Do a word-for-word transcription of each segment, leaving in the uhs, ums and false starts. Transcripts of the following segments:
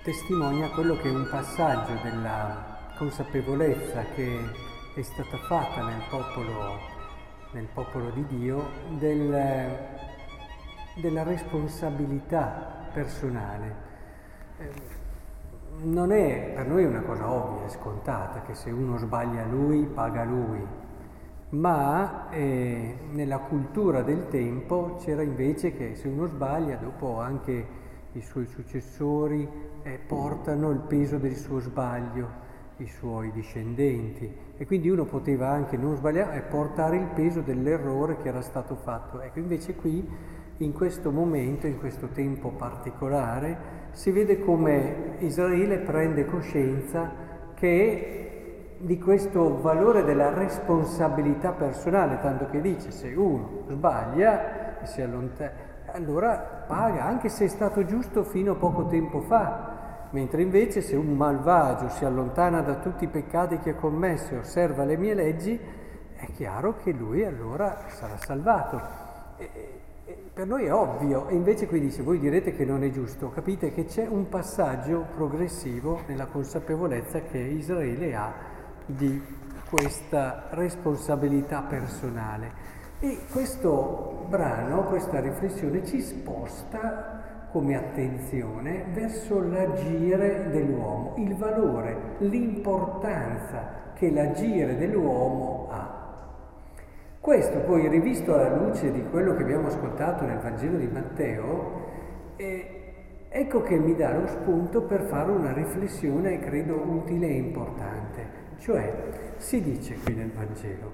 testimonia quello che è un passaggio della consapevolezza che è stata fatta nel popolo, nel popolo di Dio del, della responsabilità personale. Eh, non è, per noi è una cosa ovvia, scontata, che se uno sbaglia lui, paga lui, ma eh, nella cultura del tempo c'era invece che se uno sbaglia, dopo anche i suoi successori eh, portano il peso del suo sbaglio, i suoi discendenti, e quindi uno poteva anche non sbagliare e portare il peso dell'errore che era stato fatto. Ecco, invece qui, in questo momento, in questo tempo particolare, si vede come Israele prende coscienza che di questo valore della responsabilità personale, tanto che dice se uno sbaglia e si allontana, allora paga, anche se è stato giusto fino a poco tempo fa, mentre invece se un malvagio si allontana da tutti i peccati che ha commesso e osserva le mie leggi, è chiaro che lui allora sarà salvato. E, e per noi è ovvio, e invece qui dice, voi direte che non è giusto, capite che c'è un passaggio progressivo nella consapevolezza che Israele ha di questa responsabilità personale. E questo brano, questa riflessione ci sposta come attenzione verso l'agire dell'uomo, il valore, l'importanza che l'agire dell'uomo ha. Questo poi rivisto alla luce di quello che abbiamo ascoltato nel Vangelo di Matteo, eh, ecco che mi dà lo spunto per fare una riflessione, credo, utile e importante. Cioè, si dice qui nel Vangelo: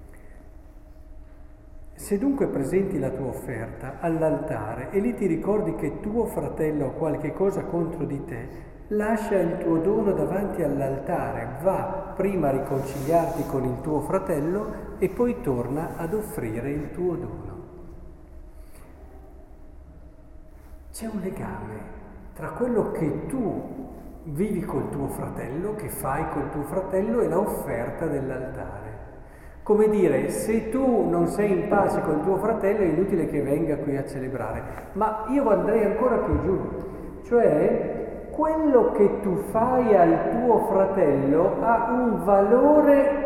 se dunque presenti la tua offerta all'altare e lì ti ricordi che tuo fratello ha qualche cosa contro di te, lascia il tuo dono davanti all'altare, va prima a riconciliarti con il tuo fratello e poi torna ad offrire il tuo dono. C'è un legame tra quello che tu vivi col tuo fratello, che fai col tuo fratello, e l'offerta dell'altare. Come dire, se tu non sei in pace col tuo fratello è inutile che venga qui a celebrare. Ma io andrei ancora più giù, cioè quello che tu fai al tuo fratello ha un valore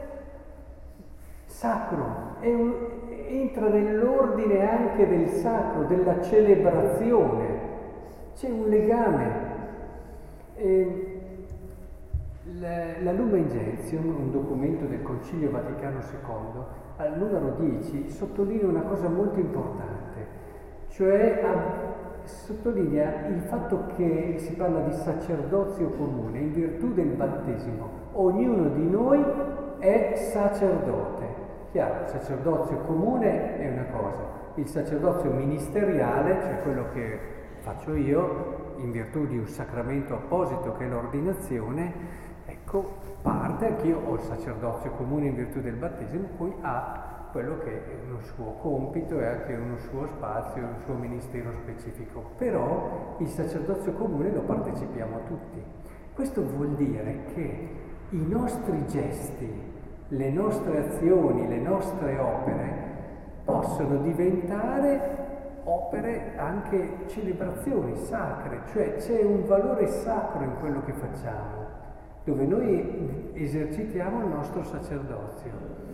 sacro, è un, entra nell'ordine anche del sacro, della celebrazione. C'è un legame. E la, la Lumen Gentium, un documento del Concilio Vaticano secondo, al numero dieci sottolinea una cosa molto importante, cioè a, sottolinea il fatto che si parla di sacerdozio comune in virtù del battesimo. Ognuno di noi è sacerdote. Chiaro, il sacerdozio comune è una cosa, il sacerdozio ministeriale, cioè quello che faccio io in virtù di un sacramento apposito che è l'ordinazione, ecco, parte, anch'io ho il sacerdozio comune in virtù del battesimo, poi ha quello che è uno suo compito e anche uno suo spazio, un suo ministero specifico. Però il sacerdozio comune lo partecipiamo tutti. Questo vuol dire che i nostri gesti, le nostre azioni, le nostre opere possono diventare opere anche celebrazioni sacre, cioè c'è un valore sacro in quello che facciamo, dove noi esercitiamo il nostro sacerdozio.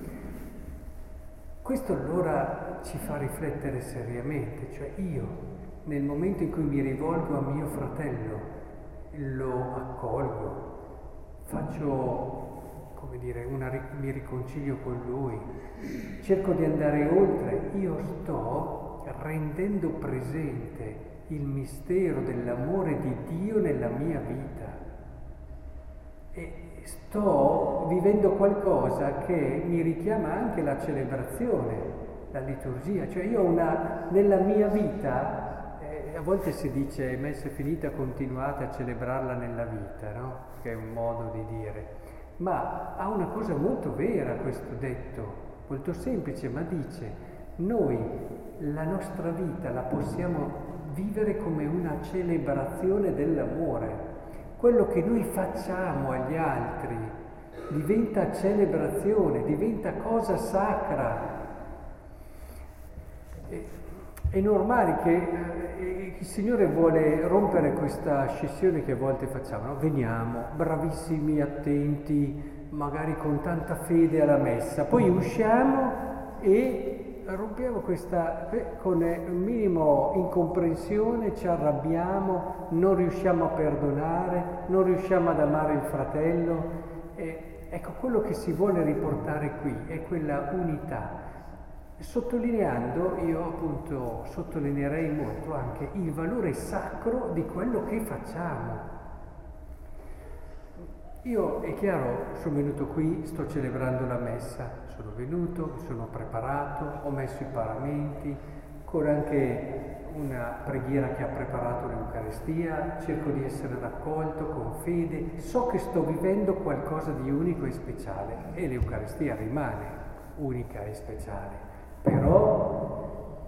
Questo allora ci fa riflettere seriamente, cioè io nel momento in cui mi rivolgo a mio fratello, lo accolgo, faccio, come dire, una, mi riconcilio con lui, cerco di andare oltre, io sto rendendo presente il mistero dell'amore di Dio nella mia vita e sto vivendo qualcosa che mi richiama anche la celebrazione, la liturgia, cioè io ho una, nella mia vita, eh, a volte si dice messa finita continuate a celebrarla nella vita, no? Che è un modo di dire, ma ha una cosa molto vera questo detto, molto semplice, ma dice noi la nostra vita la possiamo vivere come una celebrazione dell'amore. Quello che noi facciamo agli altri diventa celebrazione, diventa cosa sacra. E, è normale che eh, il Signore vuole rompere questa scissione che a volte facciamo, no? Veniamo bravissimi, attenti, magari con tanta fede alla messa, poi usciamo e rompiamo questa, con un minimo incomprensione, ci arrabbiamo, non riusciamo a perdonare, non riusciamo ad amare il fratello. E, ecco, quello che si vuole riportare qui è quella unità. Sottolineando, io appunto sottolineerei molto anche il valore sacro di quello che facciamo. Io, è chiaro, sono venuto qui, sto celebrando la messa, sono venuto, mi sono preparato, ho messo i paramenti, con anche una preghiera che ha preparato l'Eucaristia, cerco di essere raccolto con fede, so che sto vivendo qualcosa di unico e speciale e l'Eucaristia rimane unica e speciale. Però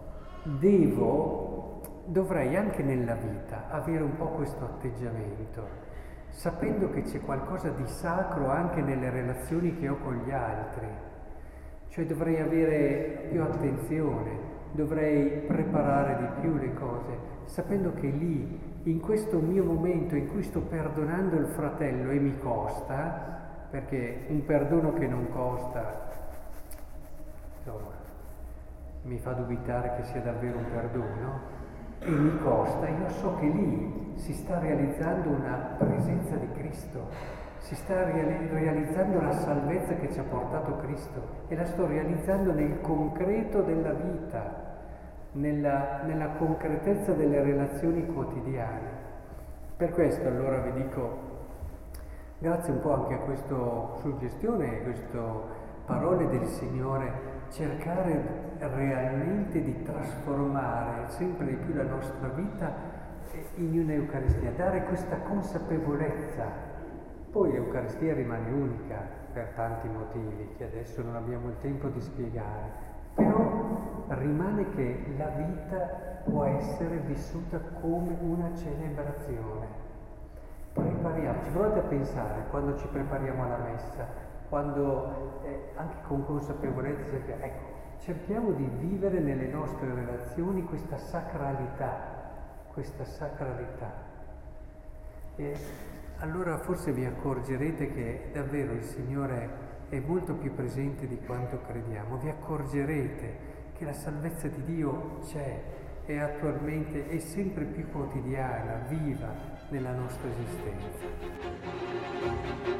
devo, dovrei anche nella vita avere un po' questo atteggiamento, sapendo che c'è qualcosa di sacro anche nelle relazioni che ho con gli altri. Cioè dovrei avere più attenzione, dovrei preparare di più le cose, sapendo che lì, in questo mio momento in cui sto perdonando il fratello e mi costa, perché un perdono che non costa, insomma, mi fa dubitare che sia davvero un perdono, e mi costa, io so che lì si sta realizzando una presenza di Cristo, si sta reali- realizzando la salvezza che ci ha portato Cristo e la sto realizzando nel concreto della vita, nella, nella concretezza delle relazioni quotidiane. Per questo allora vi dico, grazie un po' anche a questa suggestione, a queste parole del Signore, cercare realmente di trasformare sempre di più la nostra vita in un'Eucaristia, dare questa consapevolezza. Poi l'Eucaristia rimane unica per tanti motivi che adesso non abbiamo il tempo di spiegare, però rimane che la vita può essere vissuta come una celebrazione. Prepariamoci, provate a pensare quando ci prepariamo alla messa, quando eh, anche con consapevolezza, ecco, cerchiamo di vivere nelle nostre relazioni questa sacralità, questa sacralità. E allora forse vi accorgerete che davvero il Signore è molto più presente di quanto crediamo, vi accorgerete che la salvezza di Dio c'è, è attualmente, è sempre più quotidiana, viva nella nostra esistenza.